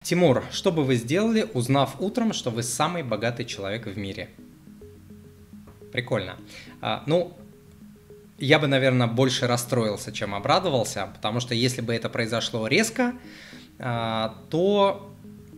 Тимур, что бы вы сделали, узнав утром, что вы самый богатый человек в мире? Прикольно. Ну, я бы, наверное, больше расстроился, чем обрадовался, потому что если бы это произошло резко, то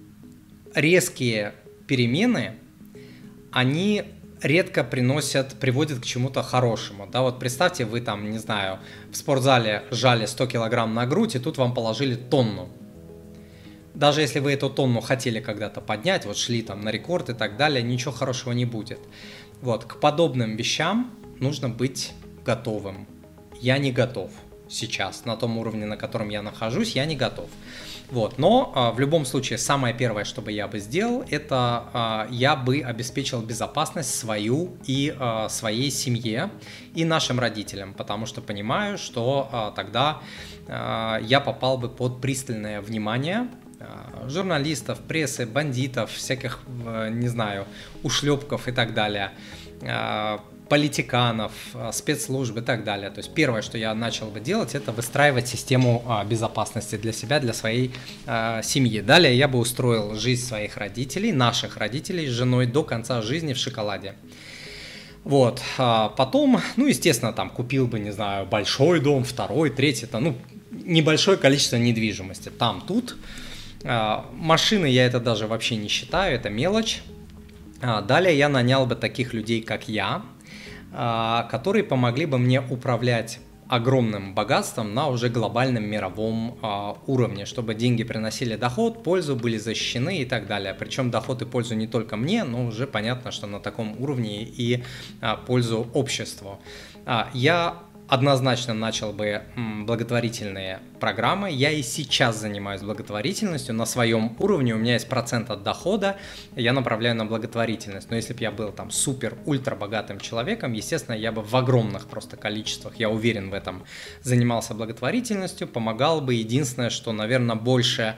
резкие перемены, они редко приводят к чему-то хорошему. Да, вот представьте, вы там, не знаю, в спортзале жали 100 килограмм на грудь, и тут вам положили тонну. Даже если вы эту тонну хотели когда-то поднять, вот шли там на рекорд и так далее, ничего хорошего не будет. Вот, к подобным вещам нужно быть готовым. Я не готов сейчас, на том уровне, на котором я нахожусь, я не готов. Вот, но в любом случае, самое первое, что бы я бы сделал, это я бы обеспечил безопасность свою и своей семье и нашим родителям, потому что понимаю, что тогда я попал бы под пристальное внимание журналистов, прессы, бандитов, всяких, не знаю, ушлепков и так далее, политиканов, спецслужб и так далее. То есть первое, что я начал бы делать, это выстраивать систему безопасности для себя, для своей семьи. Далее я бы устроил жизнь своих родителей, наших родителей с женой до конца жизни в шоколаде. Вот, потом, ну, естественно, там купил бы, не знаю, большой дом, второй, третий, ну, небольшое количество недвижимости, там, тут. Машины я это даже вообще не считаю, это мелочь. Далее я нанял бы таких людей, как я, которые помогли бы мне управлять огромным богатством на уже глобальном мировом уровне, чтобы деньги приносили доход, пользу, были защищены и так далее. Причем доход и пользу не только мне, но уже понятно, что на таком уровне и пользу обществу. Я однозначно начал бы благотворительные программы. Я и сейчас занимаюсь благотворительностью на своем уровне. У меня есть процент от дохода, я направляю на благотворительность. Но если бы я был там супер-ультра богатым человеком, естественно, я бы в огромных просто количествах, я уверен в этом, занимался благотворительностью, помогал бы. Единственное, что, наверное, больше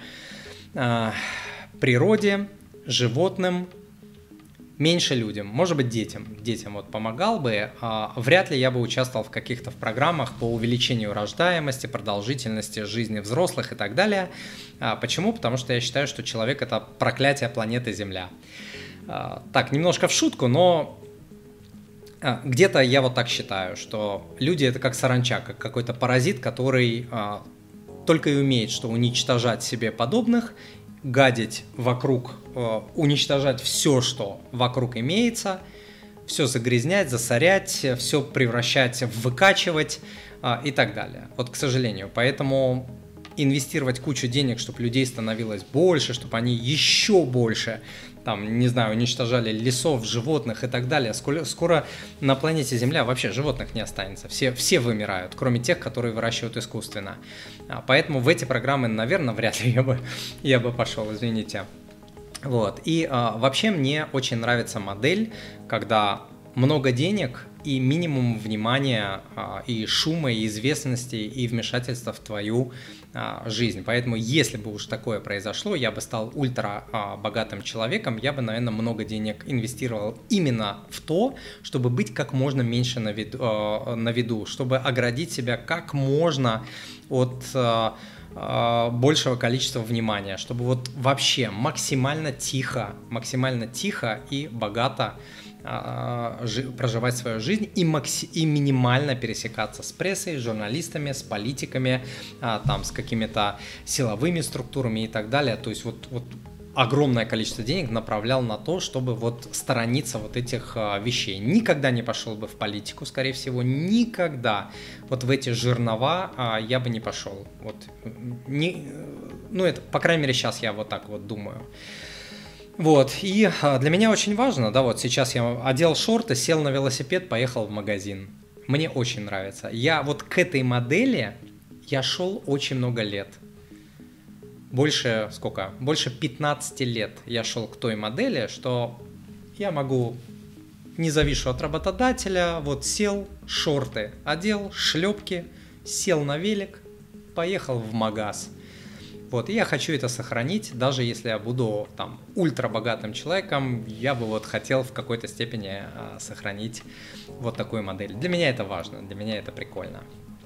природе, животным, меньше людям, может быть, детям вот помогал бы. Вряд ли я бы участвовал в каких-то программах по увеличению рождаемости, продолжительности жизни взрослых и так далее. Почему? Потому что я считаю, что человек – это проклятие планеты Земля. Так, немножко в шутку, но где-то я вот так считаю, что люди – это как саранча, как какой-то паразит, который только и умеет, что уничтожать себе подобных, гадить вокруг, уничтожать все, что вокруг имеется, все загрязнять, засорять, все превращать в выкачивать и так далее. Вот, к сожалению. Поэтому инвестировать кучу денег, чтобы людей становилось больше, чтобы они еще больше, там, не знаю, уничтожали лесов, животных и так далее. Скоро на планете Земля вообще животных не останется. Все вымирают, кроме тех, которые выращивают искусственно. Поэтому в эти программы, наверное, вряд ли я бы пошел, извините. Вот. И вообще мне очень нравится модель, когда много денег и минимум внимания, и шума, и известности, и вмешательства в твою жизнь. Поэтому, если бы уж такое произошло, я бы стал ультра богатым человеком, я бы, наверное, много денег инвестировал именно в то, чтобы быть как можно меньше на виду, чтобы оградить себя как можно от большего количества внимания, чтобы вот вообще максимально тихо и богато проживать свою жизнь и минимально пересекаться с прессой, с журналистами, с политиками, там, с какими-то силовыми структурами и так далее. То есть вот огромное количество денег направлял на то, чтобы вот сторониться вот этих вещей. Никогда не пошел бы в политику, скорее всего, никогда. Вот в эти жернова я бы не пошел. Вот, это, по крайней мере, сейчас я вот так вот думаю. Вот, и для меня очень важно, да, вот сейчас я одел шорты, сел на велосипед, поехал в магазин. Мне очень нравится. Я вот к этой модели я шел очень много лет. Больше 15 лет я шел к той модели, что я могу, не завишу от работодателя, вот сел, шорты одел, шлепки, сел на велик, поехал в магаз. Вот, и я хочу это сохранить, даже если я буду там ультрабогатым человеком, я бы вот хотел в какой-то степени сохранить вот такую модель. Для меня это важно, для меня это прикольно.